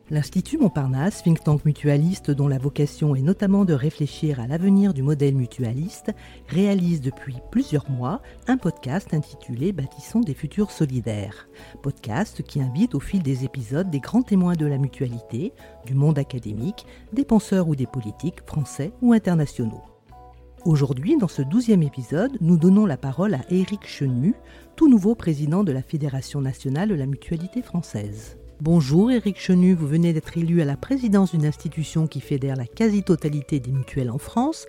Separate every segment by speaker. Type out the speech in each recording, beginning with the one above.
Speaker 1: L'Institut Montparnasse, think tank mutualiste dont la vocation est notamment de réfléchir à l'avenir du modèle mutualiste, réalise depuis plusieurs mois un podcast intitulé « Bâtissons des futurs solidaires ». Podcast qui invite au fil des épisodes des grands témoins de la mutualité, du monde académique, des penseurs ou des politiques français ou internationaux. Aujourd'hui, dans ce 12e épisode, nous donnons la parole à Éric Chenu, tout nouveau président de la Fédération nationale de la mutualité française. Bonjour Éric Chenu, vous venez d'être élu à la présidence d'une institution qui fédère la quasi-totalité des mutuelles en France,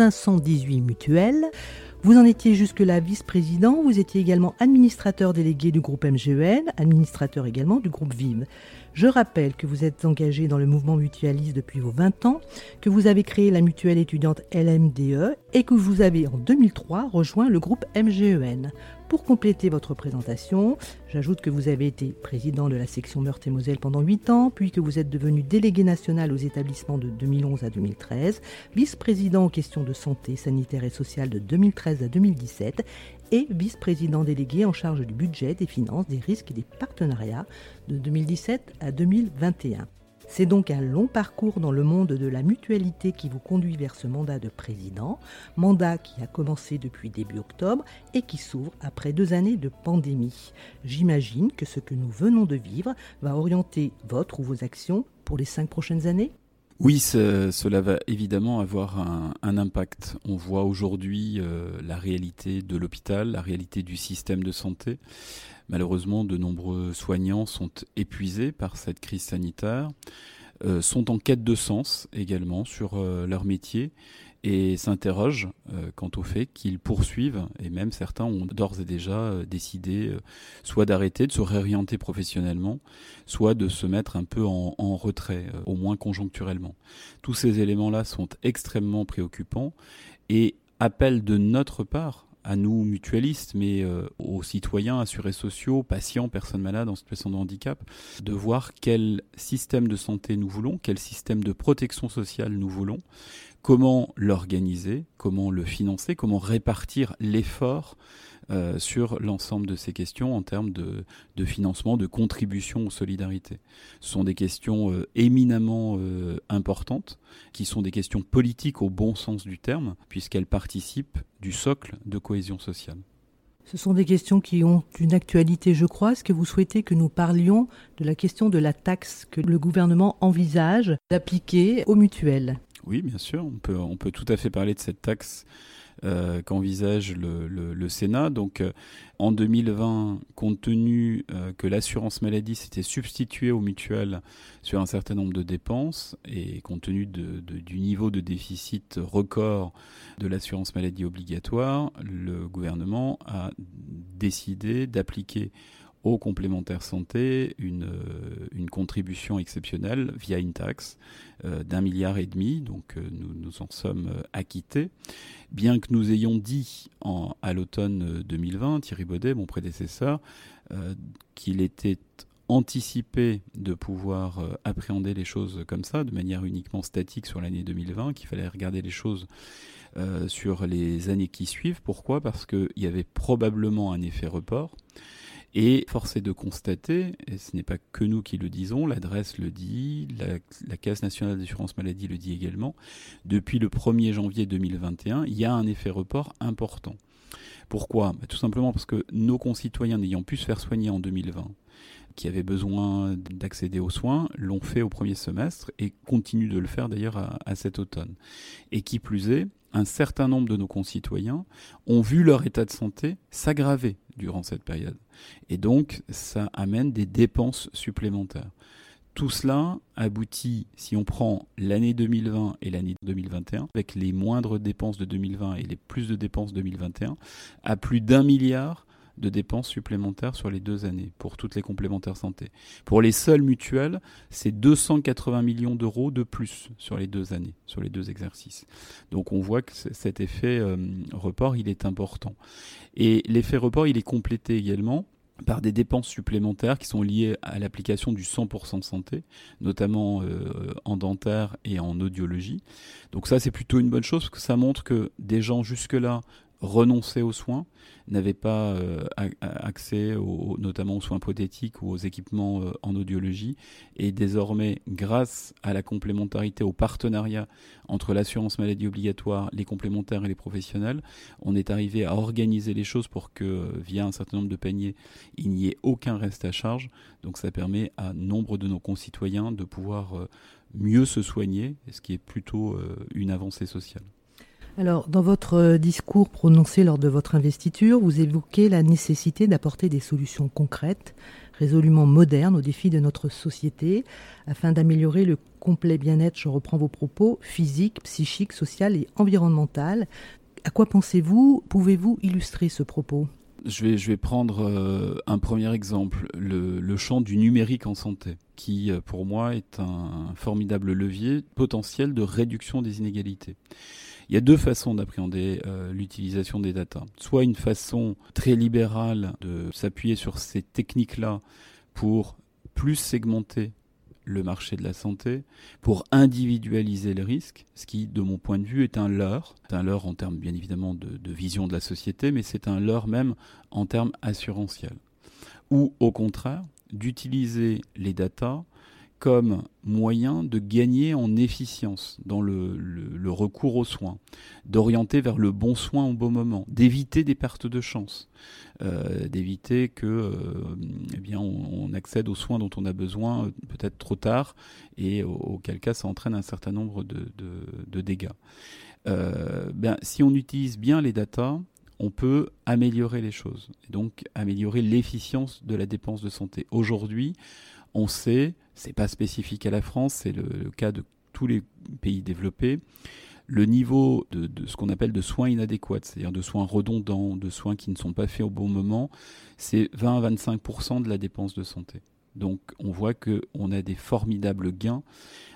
Speaker 1: 518 mutuelles. Vous en étiez jusque-là vice-président, vous étiez également administrateur délégué du groupe MGEN, administrateur également du groupe Vive. Je rappelle que vous êtes engagé dans le mouvement mutualiste depuis vos 20 ans, que vous avez créé la mutuelle étudiante LMDE et que vous avez en 2003 rejoint le groupe MGEN. Pour compléter votre présentation, j'ajoute que vous avez été président de la section Meurthe-et-Moselle pendant 8 ans, puis que vous êtes devenu délégué national aux établissements de 2011 à 2013, vice-président aux questions de santé, sanitaire et sociale de 2013 à 2017 et vice-président délégué en charge du budget, des finances, des risques et des partenariats de 2017 à 2021. C'est donc un long parcours dans le monde de la mutualité qui vous conduit vers ce mandat de président, mandat qui a commencé depuis début octobre et qui s'ouvre après 2 années de pandémie. J'imagine que ce que nous venons de vivre va orienter votre ou vos actions pour les 5 prochaines années ?
Speaker 2: Oui, cela va évidemment avoir un impact. On voit aujourd'hui la réalité de l'hôpital, la réalité du système de santé. Malheureusement, de nombreux soignants sont épuisés par cette crise sanitaire, sont en quête de sens également sur leur métier et s'interrogent quant au fait qu'ils poursuivent, et même certains ont d'ores et déjà décidé soit d'arrêter, de se réorienter professionnellement, soit de se mettre un peu en retrait, au moins conjoncturellement. Tous ces éléments-là sont extrêmement préoccupants et appellent de notre part, à nous mutualistes, mais aux citoyens, assurés sociaux, patients, personnes malades en situation de handicap, de voir quel système de santé nous voulons, quel système de protection sociale nous voulons, comment l'organiser, comment le financer, comment répartir l'effort sur l'ensemble de ces questions en termes de financement, de contribution aux solidarités. Ce sont des questions éminemment importantes, qui sont des questions politiques au bon sens du terme, puisqu'elles participent du socle de cohésion sociale.
Speaker 1: Ce sont des questions qui ont une actualité, je crois. Est-ce que vous souhaitez que nous parlions de la question de la taxe que le gouvernement envisage d'appliquer aux mutuelles ?
Speaker 2: Oui, bien sûr. On peut tout à fait parler de cette taxe qu'envisage le Sénat. Donc, en 2020, compte tenu que l'assurance maladie s'était substituée aux mutuelles sur un certain nombre de dépenses et compte tenu du niveau de déficit record de l'assurance maladie obligatoire, le gouvernement a décidé d'appliquer aux complémentaires santé une contribution exceptionnelle via une taxe d'1,5 milliard. Donc nous en sommes acquittés. Bien que nous ayons dit à l'automne 2020, Thierry Baudet, mon prédécesseur, qu'il était anticipé de pouvoir appréhender les choses comme ça, de manière uniquement statique sur l'année 2020, qu'il fallait regarder les choses sur les années qui suivent. Pourquoi ? Parce qu'il y avait probablement un effet report. Et force est de constater, et ce n'est pas que nous qui le disons, l'adresse le dit, la Caisse nationale d'assurance maladie le dit également, depuis le 1er janvier 2021, il y a un effet report important. Pourquoi ? Tout simplement parce que nos concitoyens n'ayant pu se faire soigner en 2020, qui avaient besoin d'accéder aux soins, l'ont fait au premier semestre et continuent de le faire d'ailleurs à cet automne. Et qui plus est, un certain nombre de nos concitoyens ont vu leur état de santé s'aggraver durant cette période. Et donc, ça amène des dépenses supplémentaires. Tout cela aboutit, si on prend l'année 2020 et l'année 2021, avec les moindres dépenses de 2020 et les plus de dépenses 2021, à plus d'1 milliard de dépenses supplémentaires sur les 2 années pour toutes les complémentaires santé. Pour les seules mutuelles, c'est 280 millions d'euros de plus sur les 2 années, sur les 2 exercices. Donc on voit que cet effet report, il est important. Et l'effet report, il est complété également par des dépenses supplémentaires qui sont liées à l'application du 100% santé, notamment en dentaire et en audiologie. Donc ça, c'est plutôt une bonne chose parce que ça montre que des gens jusque-là renonçaient aux soins, n'avaient pas accès notamment aux soins prothétiques ou aux équipements en audiologie. Et désormais, grâce à la complémentarité, au partenariat entre l'assurance maladie obligatoire, les complémentaires et les professionnels, on est arrivé à organiser les choses pour que, via un certain nombre de paniers, il n'y ait aucun reste à charge. Donc ça permet à nombre de nos concitoyens de pouvoir mieux se soigner, ce qui est plutôt une avancée sociale.
Speaker 1: Alors, dans votre discours prononcé lors de votre investiture, vous évoquez la nécessité d'apporter des solutions concrètes, résolument modernes aux défis de notre société, afin d'améliorer le complet bien-être, je reprends vos propos, physique, psychique, social et environnemental. À quoi pensez-vous ? Pouvez-vous illustrer ce propos ?
Speaker 2: Je vais prendre un premier exemple, le champ du numérique en santé, qui pour moi est un formidable levier potentiel de réduction des inégalités. Il y a deux façons d'appréhender l'utilisation des data. Soit une façon très libérale de s'appuyer sur ces techniques-là pour plus segmenter le marché de la santé, pour individualiser les risques, ce qui, de mon point de vue, est un leurre. C'est un leurre en termes, bien évidemment, de vision de la société, mais c'est un leurre même en termes assurantiels. Ou, au contraire, d'utiliser les data comme moyen de gagner en efficience dans le recours aux soins, d'orienter vers le bon soin au bon moment, d'éviter des pertes de chance, d'éviter que on accède aux soins dont on a besoin peut-être trop tard et auquel cas ça entraîne un certain nombre de dégâts. Si on utilise bien les datas, on peut améliorer les choses, et donc améliorer l'efficience de la dépense de santé. Aujourd'hui, on sait, c'est pas spécifique à la France, c'est le cas de tous les pays développés, le niveau de ce qu'on appelle de soins inadéquats, c'est-à-dire de soins redondants, de soins qui ne sont pas faits au bon moment, c'est 20 à 25% de la dépense de santé. Donc on voit qu'on a des formidables gains. Pourquoi ?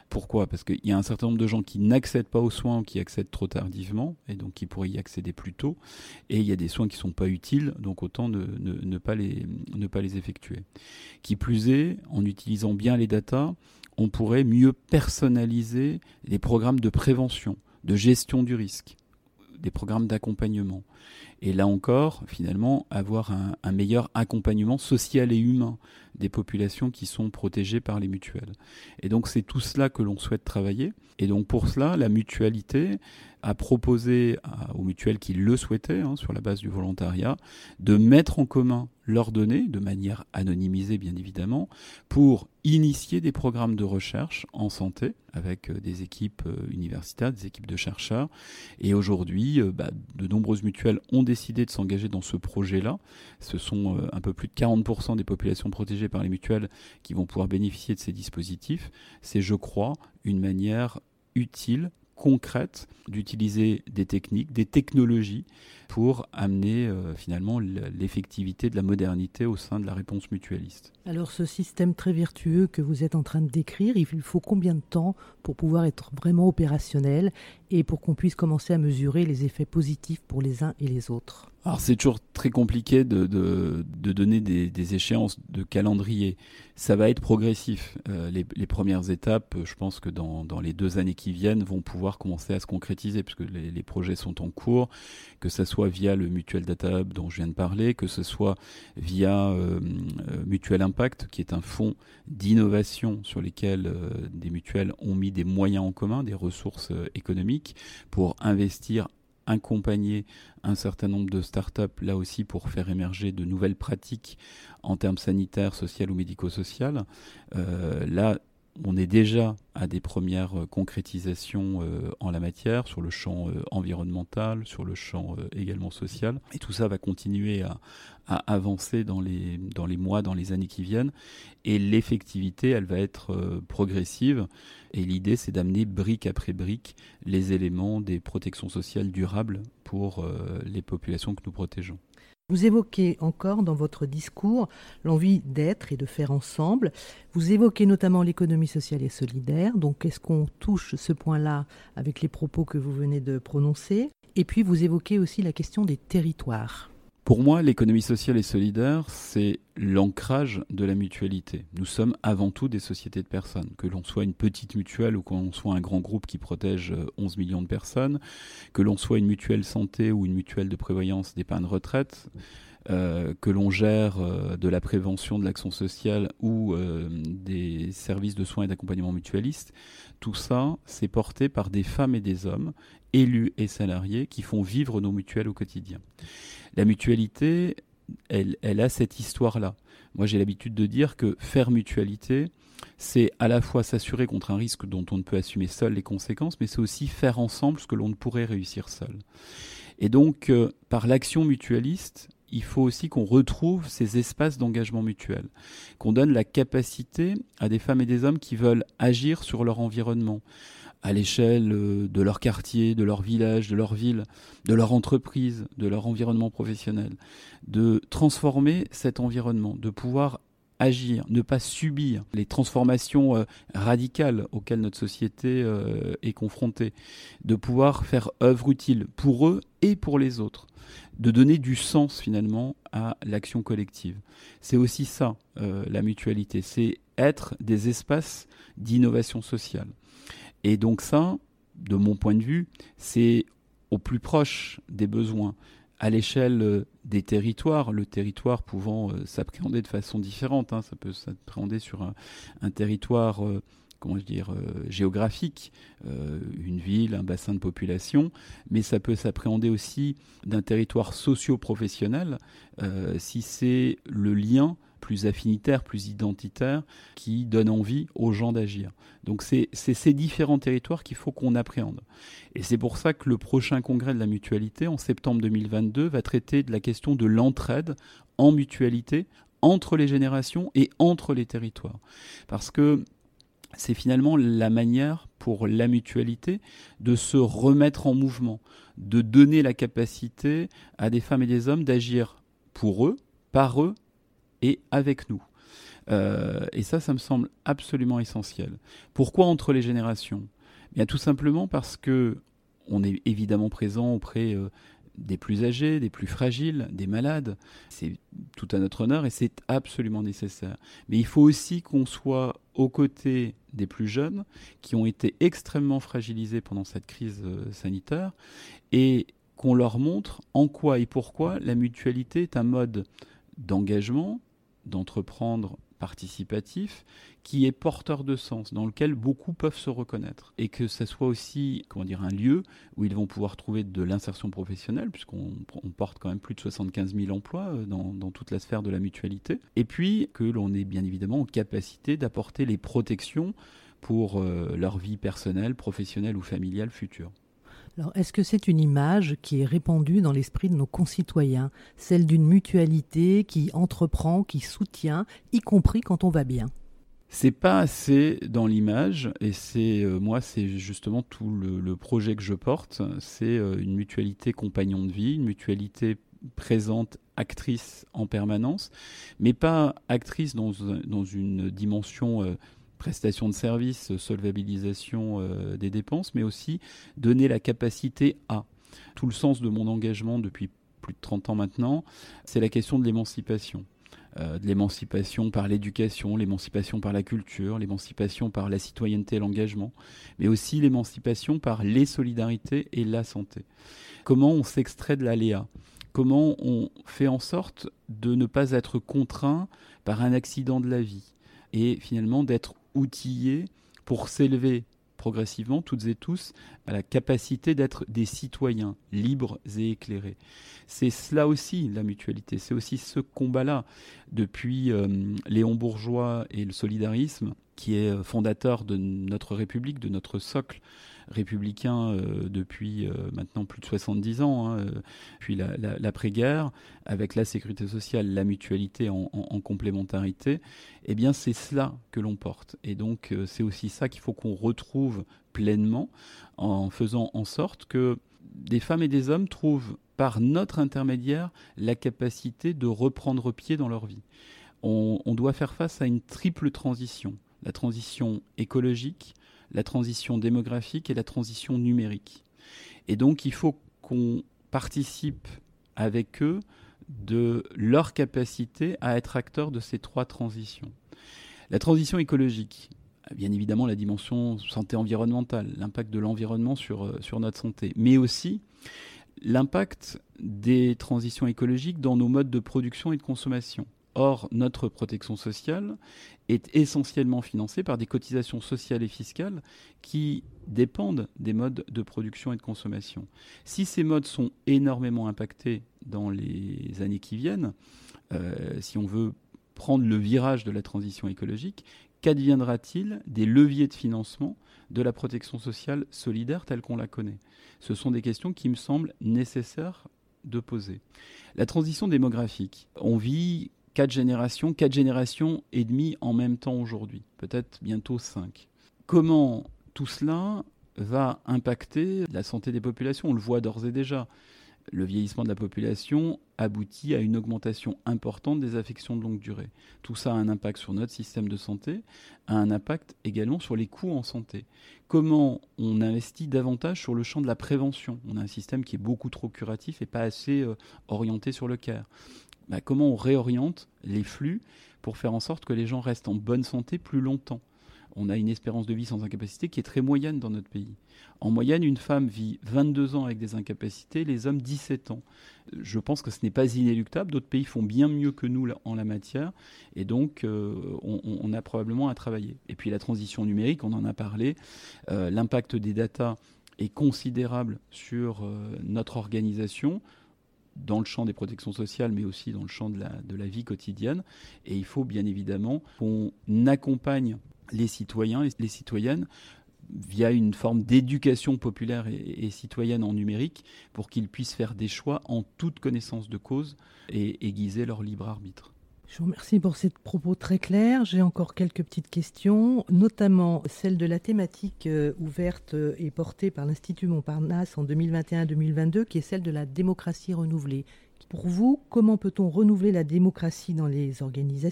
Speaker 2: Parce qu'il y a un certain nombre de gens qui n'accèdent pas aux soins ou qui accèdent trop tardivement, et donc qui pourraient y accéder plus tôt. Et il y a des soins qui ne sont pas utiles, donc autant ne pas les effectuer. Qui plus est, en utilisant bien les datas, on pourrait mieux personnaliser les programmes de prévention, de gestion du risque, des programmes d'accompagnement. Et là encore, finalement, avoir un meilleur accompagnement social et humain des populations qui sont protégées par les mutuelles. Et donc, c'est tout cela que l'on souhaite travailler. Et donc, pour cela, la mutualité a proposé aux mutuelles qui le souhaitaient, sur la base du volontariat, de mettre en commun leurs données, de manière anonymisée bien évidemment, pour initier des programmes de recherche en santé avec des équipes universitaires, des équipes de chercheurs. Et aujourd'hui, de nombreuses mutuelles ont décidé de s'engager dans ce projet-là. Ce sont un peu plus de 40% des populations protégées par les mutuelles qui vont pouvoir bénéficier de ces dispositifs. C'est, je crois, une manière utile, concrète, d'utiliser des techniques, des technologies pour amener finalement l'effectivité de la modernité au sein de la réponse mutualiste.
Speaker 1: Alors ce système très vertueux que vous êtes en train de décrire, il faut combien de temps pour pouvoir être vraiment opérationnel et pour qu'on puisse commencer à mesurer les effets positifs pour les uns et les autres ?
Speaker 2: Alors c'est toujours très compliqué de donner des échéances de calendrier. Ça va être progressif. Les premières étapes, je pense que dans les 2 années qui viennent, vont pouvoir commencer à se concrétiser puisque les projets sont en cours, que ce soit via le Mutuel Data Hub dont je viens de parler, que ce soit via Mutuel Impact, qui est un fonds d'innovation sur lesquels des mutuelles ont mis des moyens en commun, des ressources économiques pour investir, accompagner un certain nombre de startups, là aussi pour faire émerger de nouvelles pratiques en termes sanitaires, sociales ou médico-sociales. Là, on est déjà à des premières concrétisations en la matière, sur le champ environnemental, sur le champ également social. Et tout ça va continuer à avancer dans les mois, dans les années qui viennent. Et l'effectivité, elle va être progressive. Et l'idée, c'est d'amener brique après brique les éléments des protections sociales durables pour les populations que nous protégeons.
Speaker 1: Vous évoquez encore dans votre discours l'envie d'être et de faire ensemble. Vous évoquez notamment l'économie sociale et solidaire. Donc, est-ce qu'on touche ce point-là avec les propos que vous venez de prononcer ? Et puis, vous évoquez aussi la question des territoires.
Speaker 2: Pour moi, l'économie sociale et solidaire, c'est l'ancrage de la mutualité. Nous sommes avant tout des sociétés de personnes. Que l'on soit une petite mutuelle ou que l'on soit un grand groupe qui protège 11 millions de personnes, que l'on soit une mutuelle santé ou une mutuelle de prévoyance d'épargne retraite, que l'on gère de la prévention, de l'action sociale ou des services de soins et d'accompagnement mutualistes, tout ça, c'est porté par des femmes et des hommes, élus et salariés, qui font vivre nos mutuelles au quotidien. La mutualité, elle a cette histoire-là. Moi, j'ai l'habitude de dire que faire mutualité, c'est à la fois s'assurer contre un risque dont on ne peut assumer seul les conséquences, mais c'est aussi faire ensemble ce que l'on ne pourrait réussir seul. Et donc, par l'action mutualiste, il faut aussi qu'on retrouve ces espaces d'engagement mutuel, qu'on donne la capacité à des femmes et des hommes qui veulent agir sur leur environnement, à l'échelle de leur quartier, de leur village, de leur ville, de leur entreprise, de leur environnement professionnel, de transformer cet environnement, de pouvoir agir, ne pas subir les transformations radicales auxquelles notre société est confrontée, de pouvoir faire œuvre utile pour eux et pour les autres, de donner du sens finalement à l'action collective. C'est aussi ça, la mutualité, c'est être des espaces d'innovation sociale. Et donc ça, de mon point de vue, c'est au plus proche des besoins, à l'échelle des territoires, le territoire pouvant s'appréhender de façon différente. Ça peut s'appréhender sur un territoire géographique, une ville, un bassin de population, mais ça peut s'appréhender aussi d'un territoire socio-professionnel si c'est le lien plus affinitaire, plus identitaire, qui donne envie aux gens d'agir. Donc c'est ces différents territoires qu'il faut qu'on appréhende. Et c'est pour ça que le prochain congrès de la mutualité, en septembre 2022, va traiter de la question de l'entraide en mutualité entre les générations et entre les territoires. Parce que c'est finalement la manière pour la mutualité de se remettre en mouvement, de donner la capacité à des femmes et des hommes d'agir pour eux, par eux, et avec nous. Et ça me semble absolument essentiel. Pourquoi entre les générations ? Bien, tout simplement parce que on est évidemment présent auprès des plus âgés, des plus fragiles, des malades. C'est tout à notre honneur et c'est absolument nécessaire. Mais il faut aussi qu'on soit aux côtés des plus jeunes qui ont été extrêmement fragilisés pendant cette crise sanitaire et qu'on leur montre en quoi et pourquoi la mutualité est un mode d'engagement, d'entreprendre participatif, qui est porteur de sens, dans lequel beaucoup peuvent se reconnaître. Et que ça soit aussi un lieu où ils vont pouvoir trouver de l'insertion professionnelle, puisqu'on porte quand même plus de 75 000 emplois dans toute la sphère de la mutualité. Et puis que l'on est bien évidemment en capacité d'apporter les protections pour leur vie personnelle, professionnelle ou familiale future.
Speaker 1: Alors, est-ce que c'est une image qui est répandue dans l'esprit de nos concitoyens, celle d'une mutualité qui entreprend, qui soutient, y compris quand on va bien ?
Speaker 2: C'est pas assez dans l'image, et c'est justement tout le projet que je porte. C'est une mutualité compagnon de vie, une mutualité présente, actrice en permanence, mais pas actrice dans une dimension prestation de services, solvabilisation des dépenses, mais aussi donner la capacité à. Tout le sens de mon engagement depuis plus de 30 ans maintenant, c'est la question de l'émancipation. De l'émancipation par l'éducation, l'émancipation par la culture, l'émancipation par la citoyenneté et l'engagement, mais aussi l'émancipation par les solidarités et la santé. Comment on s'extrait de l'aléa ? Comment on fait en sorte de ne pas être contraint par un accident de la vie et finalement d'être outillés pour s'élever progressivement, toutes et tous, à la capacité d'être des citoyens libres et éclairés. C'est cela aussi, la mutualité, c'est aussi ce combat-là. Depuis Léon Bourgeois et le solidarisme, qui est fondateur de notre République, de notre socle républicain depuis maintenant plus de 70 ans, puis l'après-guerre, avec la sécurité sociale, la mutualité en complémentarité, eh bien c'est cela que l'on porte. Et donc c'est aussi ça qu'il faut qu'on retrouve pleinement en faisant en sorte que des femmes et des hommes trouvent par notre intermédiaire la capacité de reprendre pied dans leur vie. On doit faire face à une triple transition. La transition écologique, la transition démographique et la transition numérique. Et donc, il faut qu'on participe avec eux de leur capacité à être acteurs de ces 3 transitions. La transition écologique, bien évidemment la dimension santé environnementale, l'impact de l'environnement sur notre santé, mais aussi l'impact des transitions écologiques dans nos modes de production et de consommation. Or, notre protection sociale est essentiellement financée par des cotisations sociales et fiscales qui dépendent des modes de production et de consommation. Si ces modes sont énormément impactés dans les années qui viennent, si on veut prendre le virage de la transition écologique, qu'adviendra-t-il des leviers de financement de la protection sociale solidaire telle qu'on la connaît ? Ce sont des questions qui me semblent nécessaires de poser. La transition démographique, on vit 4 générations et demie en même temps aujourd'hui, peut-être bientôt 5. Comment tout cela va impacter la santé des populations ? On le voit d'ores et déjà. Le vieillissement de la population aboutit à une augmentation importante des affections de longue durée. Tout ça a un impact sur notre système de santé, a un impact également sur les coûts en santé. Comment on investit davantage sur le champ de la prévention ? On a un système qui est beaucoup trop curatif et pas assez orienté sur le care. Comment on réoriente les flux pour faire en sorte que les gens restent en bonne santé plus longtemps ? On a une espérance de vie sans incapacité qui est très moyenne dans notre pays. En moyenne, une femme vit 22 ans avec des incapacités, les hommes 17 ans. Je pense que ce n'est pas inéluctable. D'autres pays font bien mieux que nous en la matière. Et donc, on a probablement à travailler. Et puis la transition numérique, on en a parlé. L'impact des data est considérable sur notre organisation, dans le champ des protections sociales, mais aussi dans le champ de la vie quotidienne. Et il faut bien évidemment qu'on accompagne les citoyens et les citoyennes via une forme d'éducation populaire et citoyenne en numérique pour qu'ils puissent faire des choix en toute connaissance de cause et aiguiser leur libre arbitre.
Speaker 1: Je vous remercie pour ces propos très clairs. J'ai encore quelques petites questions, notamment celle de la thématique ouverte et portée par l'Institut Montparnasse en 2021-2022, qui est celle de la démocratie renouvelée. Pour vous, comment peut-on renouveler la démocratie dans les organisations ?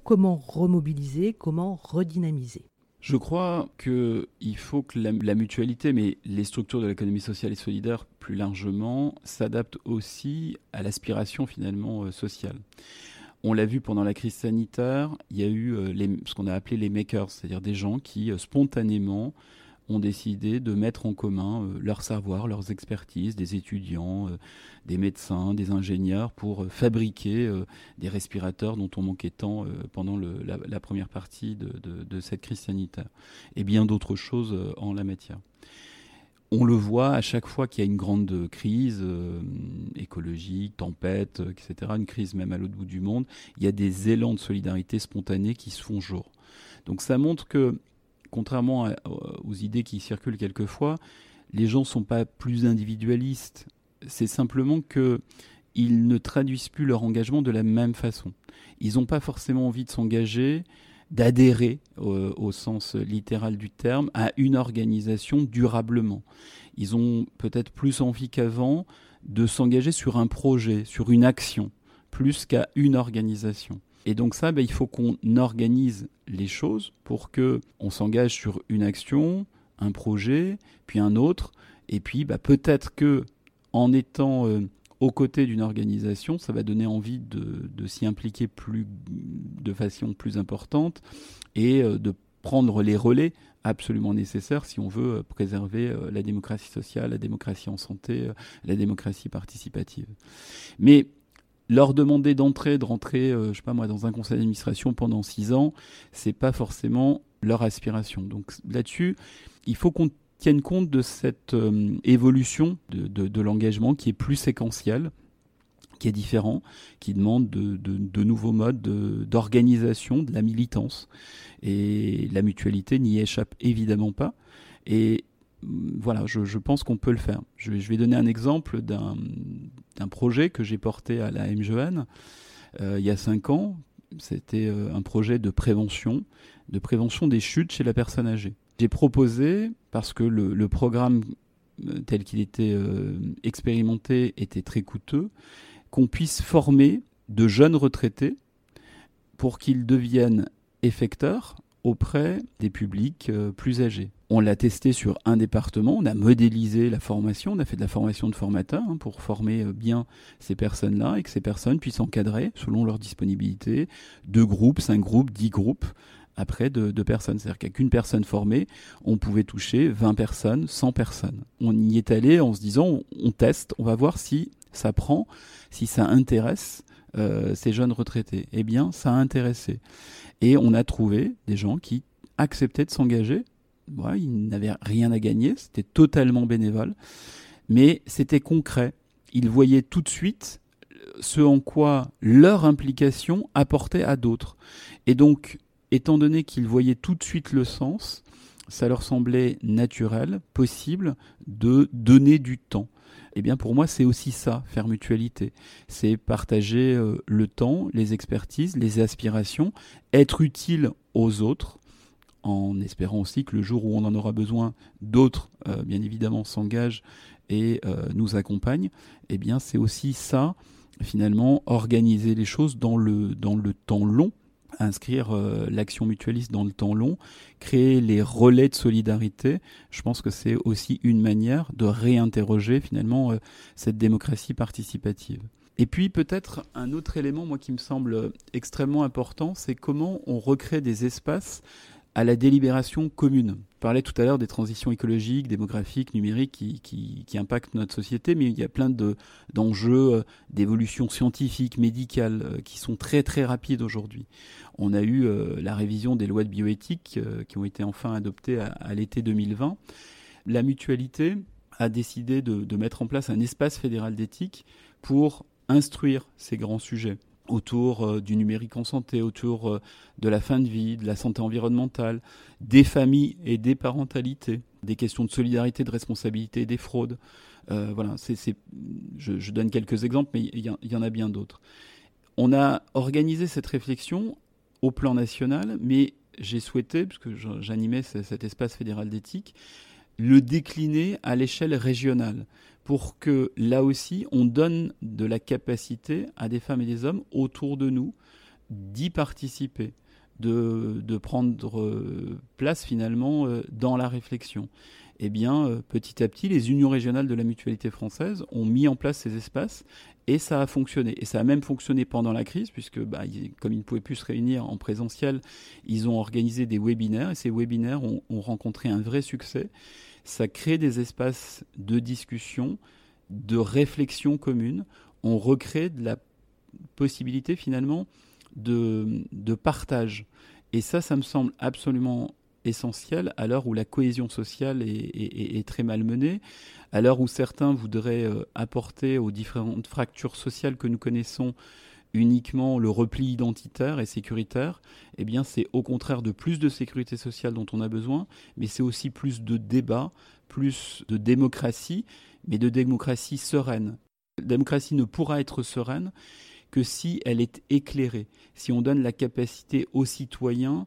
Speaker 1: Comment remobiliser ? Comment redynamiser ?
Speaker 2: Je crois qu'il faut que la mutualité, mais les structures de l'économie sociale et solidaire plus largement, s'adaptent aussi à l'aspiration finalement sociale. On l'a vu pendant la crise sanitaire, il y a eu ce qu'on a appelé les makers, c'est-à-dire des gens qui spontanément ont décidé de mettre en commun leur savoir, leurs expertises, des étudiants, des médecins, des ingénieurs, pour fabriquer des respirateurs dont on manquait tant pendant la première partie de cette crise sanitaire, et bien d'autres choses en la matière. On le voit à chaque fois qu'il y a une grande crise écologique, tempête, etc., une crise même à l'autre bout du monde, il y a des élans de solidarité spontanés qui se font jour. Donc ça montre que, contrairement aux idées qui circulent quelquefois, les gens ne sont pas plus individualistes. C'est simplement qu'ils ne traduisent plus leur engagement de la même façon. Ils n'ont pas forcément envie de s'engager, d'adhérer au sens littéral du terme à une organisation durablement. Ils ont peut-être plus envie qu'avant de s'engager sur un projet, sur une action, plus qu'à une organisation. Et donc ça, il faut qu'on organise les choses pour qu'on s'engage sur une action, un projet, puis un autre. Et puis peut-être qu'en étant aux côtés d'une organisation, ça va donner envie de s'y impliquer de façon plus importante et de prendre les relais absolument nécessaires si on veut préserver la démocratie sociale, la démocratie en santé, la démocratie participative. Mais leur demander de rentrer, dans un conseil d'administration pendant 6 ans, c'est pas forcément leur aspiration. Donc là-dessus, il faut qu'on tienne compte de cette évolution de l'engagement qui est plus séquentiel, qui est différent, qui demande de nouveaux modes d'organisation, de la militance. Et la mutualité n'y échappe évidemment pas. Et voilà, je pense qu'on peut le faire. Je vais donner un exemple d'un projet que j'ai porté à la MGEN il y a 5 ans. C'était un projet de prévention des chutes chez la personne âgée. J'ai proposé, parce que le programme tel qu'il était expérimenté était très coûteux, qu'on puisse former de jeunes retraités pour qu'ils deviennent effecteurs auprès des publics plus âgés. On l'a testé sur un département, on a modélisé la formation, on a fait de la formation de formateurs pour former bien ces personnes-là et que ces personnes puissent encadrer, selon leur disponibilité, 2 groupes, 5 groupes, 10 groupes, après de personnes. C'est-à-dire qu'avec une personne formée, on pouvait toucher 20 personnes, 100 personnes. On y est allé en se disant, on teste, on va voir si ça prend, si ça intéresse ces jeunes retraités. Eh bien, ça a intéressé. Et on a trouvé des gens qui acceptaient de s'engager. Ouais, ils n'avaient rien à gagner, c'était totalement bénévole, mais c'était concret. Ils voyaient tout de suite ce en quoi leur implication apportait à d'autres. Et donc, étant donné qu'ils voyaient tout de suite le sens, ça leur semblait naturel, possible, de donner du temps. Eh bien, pour moi, c'est aussi ça, faire mutualité. C'est partager le temps, les expertises, les aspirations, être utile aux autres, en espérant aussi que le jour où on en aura besoin, d'autres, bien évidemment, s'engagent et nous accompagnent. Eh bien, c'est aussi ça, finalement, organiser les choses dans le temps long, inscrire l'action mutualiste dans le temps long, créer les relais de solidarité. Je pense que c'est aussi une manière de réinterroger, finalement, cette démocratie participative. Et puis peut-être un autre élément, moi, qui me semble extrêmement important, c'est comment on recrée des espaces à la délibération commune. On parlait tout à l'heure des transitions écologiques, démographiques, numériques qui impactent notre société, mais il y a plein d'enjeux d'évolution scientifique, médicale, qui sont très très rapides aujourd'hui. On a eu la révision des lois de bioéthique qui ont été enfin adoptées à l'été 2020. La mutualité a décidé de mettre en place un espace fédéral d'éthique pour instruire ces grands sujets autour du numérique en santé, autour de la fin de vie, de la santé environnementale, des familles et des parentalités, des questions de solidarité, de responsabilité, des fraudes. Voilà, je donne quelques exemples, mais il y en a bien d'autres. On a organisé cette réflexion au plan national, mais j'ai souhaité, puisque j'animais cet espace fédéral d'éthique, le décliner à l'échelle régionale, pour que, là aussi, on donne de la capacité à des femmes et des hommes autour de nous d'y participer, de prendre place, finalement, dans la réflexion. Eh bien, petit à petit, les unions régionales de la mutualité française ont mis en place ces espaces et ça a fonctionné. Et ça a même fonctionné pendant la crise, puisque comme ils ne pouvaient plus se réunir en présentiel, ils ont organisé des webinaires et ces webinaires ont rencontré un vrai succès. Ça crée des espaces de discussion, de réflexion commune. On recrée de la possibilité finalement de partage. Et ça me semble absolument essentiel à l'heure où la cohésion sociale est très malmenée, à l'heure où certains voudraient apporter aux différentes fractures sociales que nous connaissons uniquement le repli identitaire et sécuritaire. Eh bien, c'est au contraire de plus de sécurité sociale dont on a besoin, mais c'est aussi plus de débat, plus de démocratie, mais de démocratie sereine. La démocratie ne pourra être sereine que si elle est éclairée, si on donne la capacité aux citoyens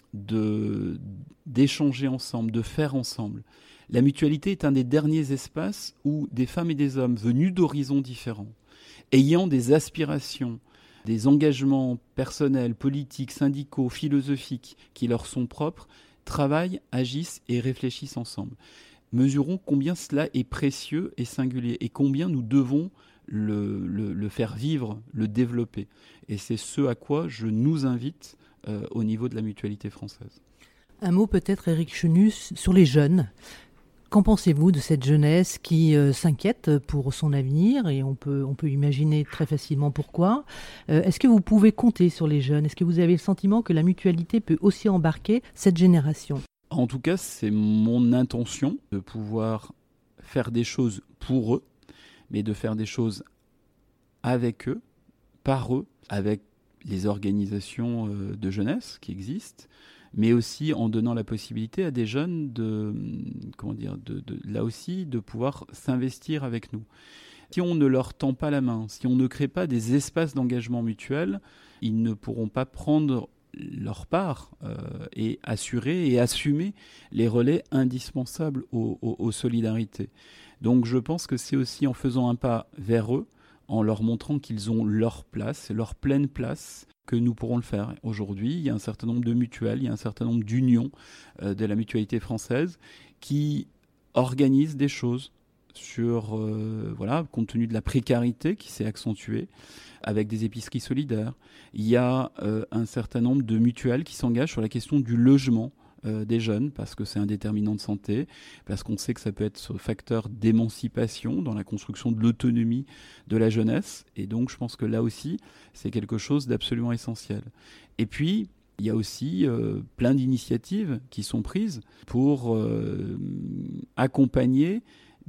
Speaker 2: d'échanger ensemble, de faire ensemble. La mutualité est un des derniers espaces où des femmes et des hommes venus d'horizons différents, ayant des aspirations, des engagements personnels, politiques, syndicaux, philosophiques qui leur sont propres, travaillent, agissent et réfléchissent ensemble. Mesurons combien cela est précieux et singulier et combien nous devons le faire vivre, le développer. Et c'est ce à quoi je nous invite au niveau de la mutualité française.
Speaker 1: Un mot peut-être, Éric Chenus, sur les jeunes. Qu'en pensez-vous de cette jeunesse qui s'inquiète pour son avenir et on peut imaginer très facilement pourquoi. Est-ce que vous pouvez compter sur les jeunes ? Est-ce que vous avez le sentiment que la mutualité peut aussi embarquer cette génération ?
Speaker 2: En tout cas, c'est mon intention de pouvoir faire des choses pour eux, mais de faire des choses avec eux, par eux, avec les organisations de jeunesse qui existent, mais aussi en donnant la possibilité à des jeunes là aussi, de pouvoir s'investir avec nous. Si on ne leur tend pas la main, si on ne crée pas des espaces d'engagement mutuel, ils ne pourront pas prendre leur part et assurer et assumer les relais indispensables aux solidarités. Donc je pense que c'est aussi en faisant un pas vers eux, en leur montrant qu'ils ont leur place, leur pleine place, que nous pourrons le faire. Aujourd'hui, il y a un certain nombre de mutuelles, il y a un certain nombre d'unions de la mutualité française qui organisent des choses sur, compte tenu de la précarité qui s'est accentuée, avec des épiceries solidaires. Il y a un certain nombre de mutuelles qui s'engagent sur la question du logement des jeunes, parce que c'est un déterminant de santé, parce qu'on sait que ça peut être ce facteur d'émancipation dans la construction de l'autonomie de la jeunesse. Et donc, je pense que là aussi, c'est quelque chose d'absolument essentiel. Et puis, il y a aussi plein d'initiatives qui sont prises pour accompagner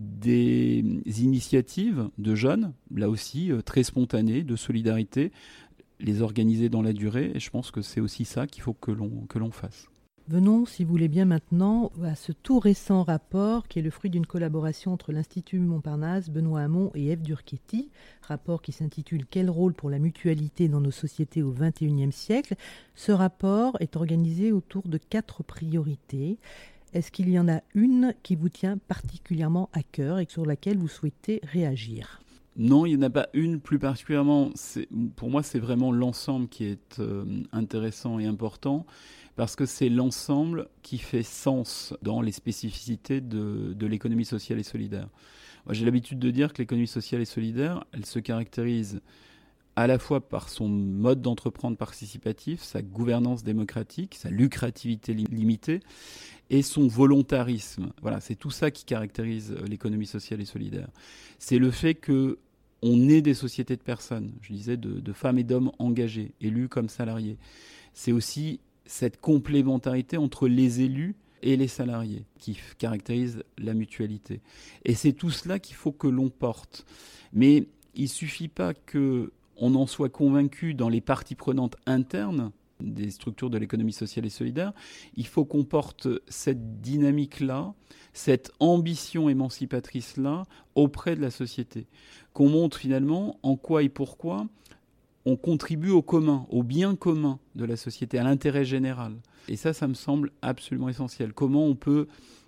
Speaker 2: des initiatives de jeunes, là aussi très spontanées, de solidarité, les organiser dans la durée. Et je pense que c'est aussi ça qu'il faut que l'on fasse.
Speaker 1: Venons, si vous voulez bien maintenant, à ce tout récent rapport qui est le fruit d'une collaboration entre l'Institut Montparnasse, Benoît Hamon et Ève Durchetti, rapport qui s'intitule « Quel rôle pour la mutualité dans nos sociétés au XXIe siècle ?» Ce rapport est organisé autour de 4 priorités. Est-ce qu'il y en a une qui vous tient particulièrement à cœur et sur laquelle vous souhaitez réagir ?
Speaker 2: Non, il n'y en a pas une plus particulièrement. Pour moi, c'est vraiment l'ensemble qui est intéressant et important, parce que c'est l'ensemble qui fait sens dans les spécificités de l'économie sociale et solidaire. Moi, j'ai l'habitude de dire que l'économie sociale et solidaire, elle se caractérise à la fois par son mode d'entreprendre participatif, sa gouvernance démocratique, sa lucrativité limitée et son volontarisme. Voilà, c'est tout ça qui caractérise l'économie sociale et solidaire. C'est le fait qu'on ait des sociétés de personnes, je disais de femmes et d'hommes engagés, élus comme salariés. C'est aussi cette complémentarité entre les élus et les salariés qui caractérise la mutualité. Et c'est tout cela qu'il faut que l'on porte. Mais il ne suffit pas qu'on en soit convaincu dans les parties prenantes internes des structures de l'économie sociale et solidaire. Il faut qu'on porte cette dynamique-là, cette ambition émancipatrice-là auprès de la société. Qu'on montre finalement en quoi et pourquoi on contribue au commun, au bien commun de la société, à l'intérêt général. Et ça me semble absolument essentiel. Comment on peut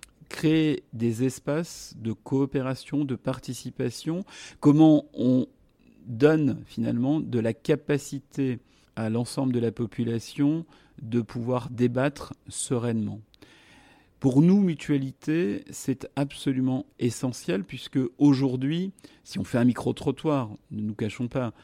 Speaker 2: créer des espaces de coopération, de participation, comment on donne finalement de la capacité à l'ensemble de la population de pouvoir débattre sereinement. Pour nous, mutualité, c'est absolument essentiel, puisque aujourd'hui, si on fait un micro-trottoir, ne nous cachons pas,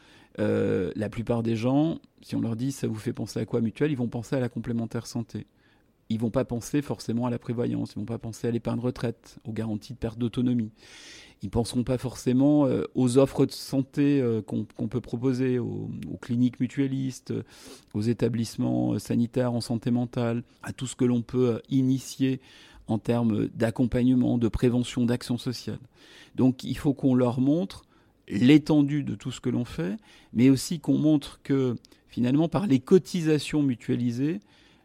Speaker 2: la plupart des gens, si on leur dit « ça vous fait penser à quoi mutuelle ?», ils vont penser à la complémentaire santé. Ils ne vont pas penser forcément à la prévoyance, ils ne vont pas penser à l'épargne retraite, aux garanties de perte d'autonomie. Ils ne penseront pas forcément aux offres de santé qu'on peut proposer, aux cliniques mutualistes, aux établissements sanitaires en santé mentale, à tout ce que l'on peut initier en termes d'accompagnement, de prévention, d'action sociale. Donc il faut qu'on leur montre l'étendue de tout ce que l'on fait, mais aussi qu'on montre que finalement par les cotisations mutualisées,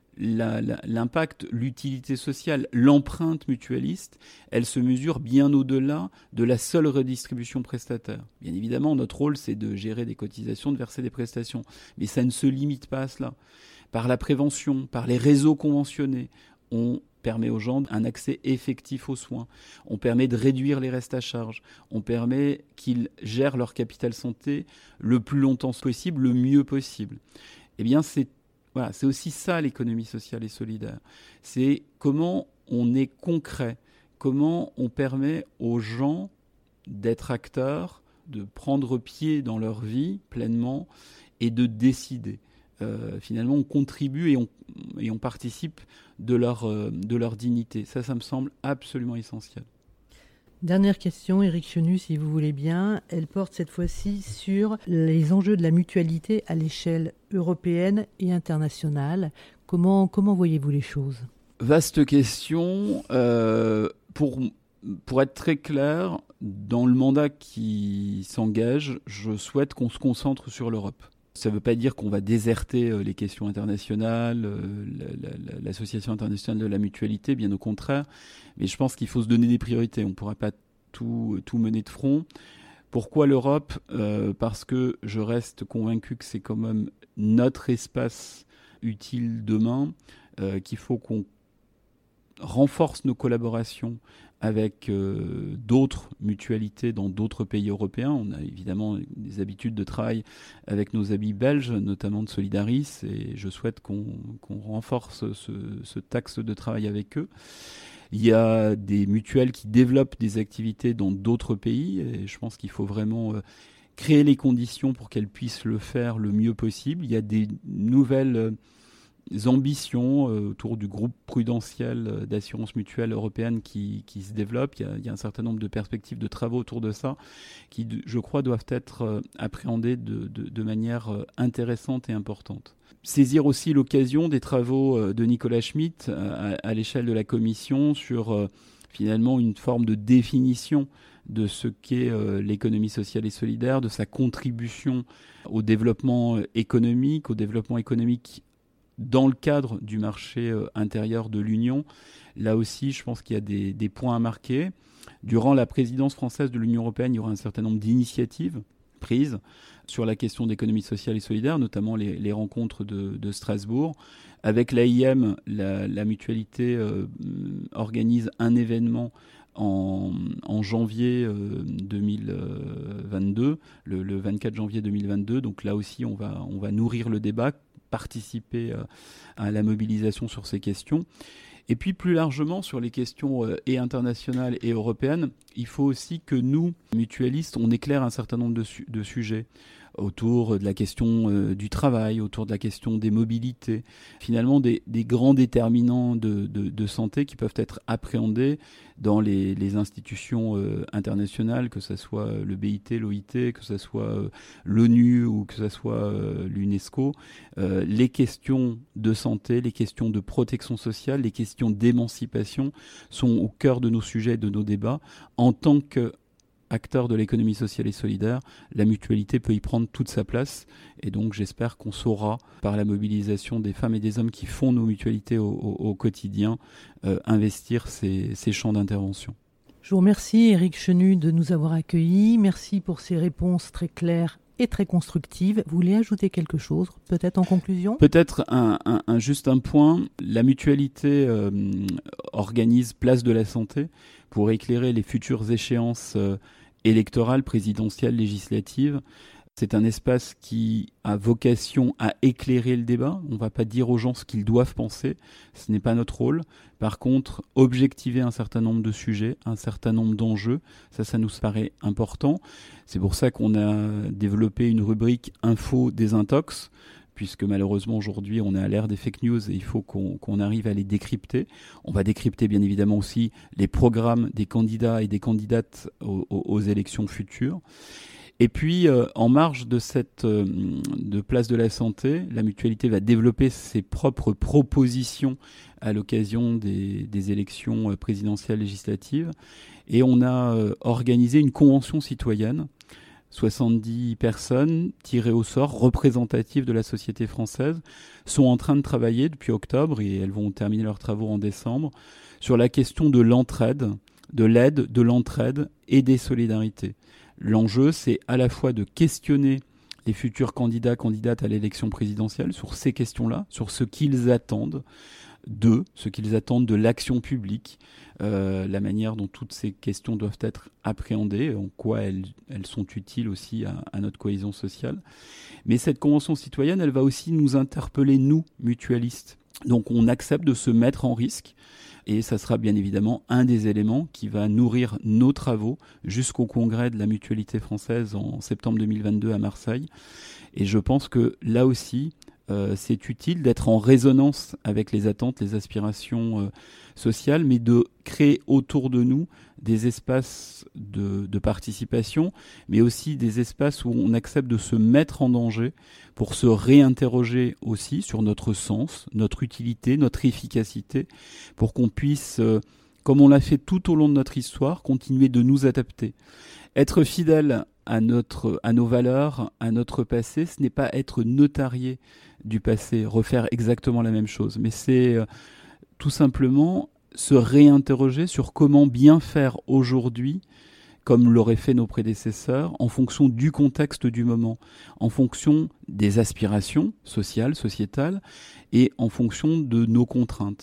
Speaker 2: l'impact, l'utilité sociale, l'empreinte mutualiste, elle se mesure bien au-delà de la seule redistribution prestataire. Bien évidemment, notre rôle, c'est de gérer des cotisations, de verser des prestations, mais ça ne se limite pas à cela. Par la prévention, par les réseaux conventionnés, on permet aux gens un accès effectif aux soins, on permet de réduire les restes à charge, on permet qu'ils gèrent leur capital santé le plus longtemps possible, le mieux possible. Eh bien, c'est aussi ça l'économie sociale et solidaire. C'est comment on est concret, comment on permet aux gens d'être acteurs, de prendre pied dans leur vie pleinement et de décider. Finalement, on contribue et on participe de leur dignité. Ça me semble absolument essentiel.
Speaker 1: Dernière question, Éric Chenu, si vous voulez bien. Elle porte cette fois-ci sur les enjeux de la mutualité à l'échelle européenne et internationale. Comment voyez-vous les choses ?
Speaker 2: Vaste question. Pour être très clair, dans le mandat qui s'engage, je souhaite qu'on se concentre sur l'Europe. Ça ne veut pas dire qu'on va déserter les questions internationales, l'Association internationale de la mutualité, bien au contraire. Mais je pense qu'il faut se donner des priorités. On ne pourra pas tout mener de front. Pourquoi l'Europe ? Parce que je reste convaincu que c'est quand même notre espace utile demain, qu'il faut qu'on renforce nos collaborations avec d'autres mutualités dans d'autres pays européens. On a évidemment des habitudes de travail avec nos amis belges, notamment de Solidaris, et je souhaite qu'on renforce ce axe de travail avec eux. Il y a des mutuelles qui développent des activités dans d'autres pays, et je pense qu'il faut vraiment créer les conditions pour qu'elles puissent le faire le mieux possible. Il y a des nouvelles ambitions autour du groupe prudentiel d'assurance mutuelle européenne qui se développe. Il y a un certain nombre de perspectives de travaux autour de ça qui, je crois, doivent être appréhendées de manière intéressante et importante. Saisir aussi l'occasion des travaux de Nicolas Schmitt à l'échelle de la Commission sur finalement une forme de définition de ce qu'est l'économie sociale et solidaire, de sa contribution au développement économique dans le cadre du marché intérieur de l'Union. Là aussi, je pense qu'il y a des points à marquer. Durant la présidence française de l'Union européenne, il y aura un certain nombre d'initiatives prises sur la question d'économie sociale et solidaire, notamment les rencontres de Strasbourg. Avec l'AIM, la mutualité organise un événement en janvier 2022, le 24 janvier 2022. Donc là aussi, on va nourrir le débat, participer à la mobilisation sur ces questions. Et puis plus largement sur les questions et internationales et européennes, il faut aussi que nous, mutualistes, on éclaire un certain nombre de sujets autour de la question du travail, autour de la question des mobilités, finalement des grands déterminants de santé qui peuvent être appréhendés dans les institutions internationales, que ce soit le BIT, l'OIT, que ce soit l'ONU ou que ce soit l'UNESCO. Les questions de santé, les questions de protection sociale, les questions d'émancipation sont au cœur de nos sujets et de nos débats. En tant qu'acteur de l'économie sociale et solidaire, la mutualité peut y prendre toute sa place. Et donc j'espère qu'on saura, par la mobilisation des femmes et des hommes qui font nos mutualités au quotidien, investir ces champs d'intervention.
Speaker 1: Je vous remercie, Éric Chenu, de nous avoir accueillis. Merci pour ces réponses très claires et très constructives. Vous voulez ajouter quelque chose, peut-être en conclusion ?
Speaker 2: Peut-être juste un point. La mutualité organise Place de la Santé pour éclairer les futures échéances électorales, présidentielles, législatives. C'est un espace qui a vocation à éclairer le débat. On ne va pas dire aux gens ce qu'ils doivent penser. Ce n'est pas notre rôle. Par contre, objectiver un certain nombre de sujets, un certain nombre d'enjeux, ça nous paraît important. C'est pour ça qu'on a développé une rubrique Info Désintox, puisque malheureusement aujourd'hui on est à l'ère des fake news et il faut qu'on arrive à les décrypter. On va décrypter bien évidemment aussi les programmes des candidats et des candidates aux élections futures. Et puis, en marge de Place de la Santé, la mutualité va développer ses propres propositions à l'occasion des élections présidentielles législatives. Et on a organisé une convention citoyenne, 70 personnes tirées au sort, représentatives de la société française, sont en train de travailler depuis octobre, et elles vont terminer leurs travaux en décembre, sur la question de l'entraide, de l'aide, de l'entraide et des solidarités. L'enjeu, c'est à la fois de questionner les futurs candidats, candidates à l'élection présidentielle sur ces questions-là, sur ce qu'ils attendent d'eux, ce qu'ils attendent de l'action publique, la manière dont toutes ces questions doivent être appréhendées, en quoi elles sont utiles aussi à notre cohésion sociale. Mais cette convention citoyenne, elle va aussi nous interpeller, nous, mutualistes. Donc on accepte de se mettre en risque. Et ça sera bien évidemment un des éléments qui va nourrir nos travaux jusqu'au congrès de la mutualité française en septembre 2022 à Marseille. Et je pense que là aussi, c'est utile d'être en résonance avec les attentes, les aspirations sociales, mais de créer autour de nous des espaces de participation, mais aussi des espaces où on accepte de se mettre en danger pour se réinterroger aussi sur notre sens, notre utilité, notre efficacité, pour qu'on puisse, comme on l'a fait tout au long de notre histoire, continuer de nous adapter. Être fidèle à nos valeurs, à notre passé, ce n'est pas être notarié du passé, refaire exactement la même chose, mais c'est tout simplement se réinterroger sur comment bien faire aujourd'hui, comme l'auraient fait nos prédécesseurs, en fonction du contexte du moment, en fonction des aspirations sociales, sociétales, et en fonction de nos contraintes.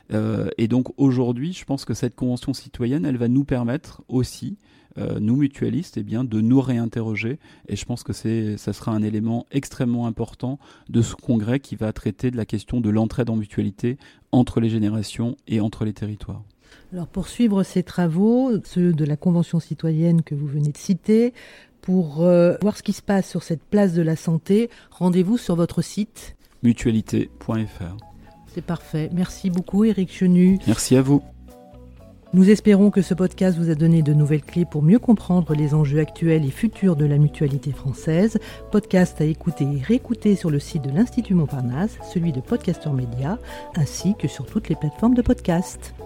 Speaker 2: Et donc aujourd'hui, je pense que cette convention citoyenne, elle va nous permettre aussi, nous mutualistes, de nous réinterroger. Et je pense que ça sera un élément extrêmement important de ce congrès qui va traiter de la question de l'entraide en mutualité entre les générations et entre les territoires.
Speaker 1: Alors pour suivre ces travaux, ceux de la Convention citoyenne que vous venez de citer, pour voir ce qui se passe sur cette place de la santé, rendez-vous sur votre site
Speaker 2: mutualité.fr.
Speaker 1: C'est parfait. Merci beaucoup Éric Chenu.
Speaker 2: Merci à vous.
Speaker 1: Nous espérons que ce podcast vous a donné de nouvelles clés pour mieux comprendre les enjeux actuels et futurs de la mutualité française. Podcast à écouter et réécouter sur le site de l'Institut Montparnasse, celui de Podcaster Média, ainsi que sur toutes les plateformes de podcast.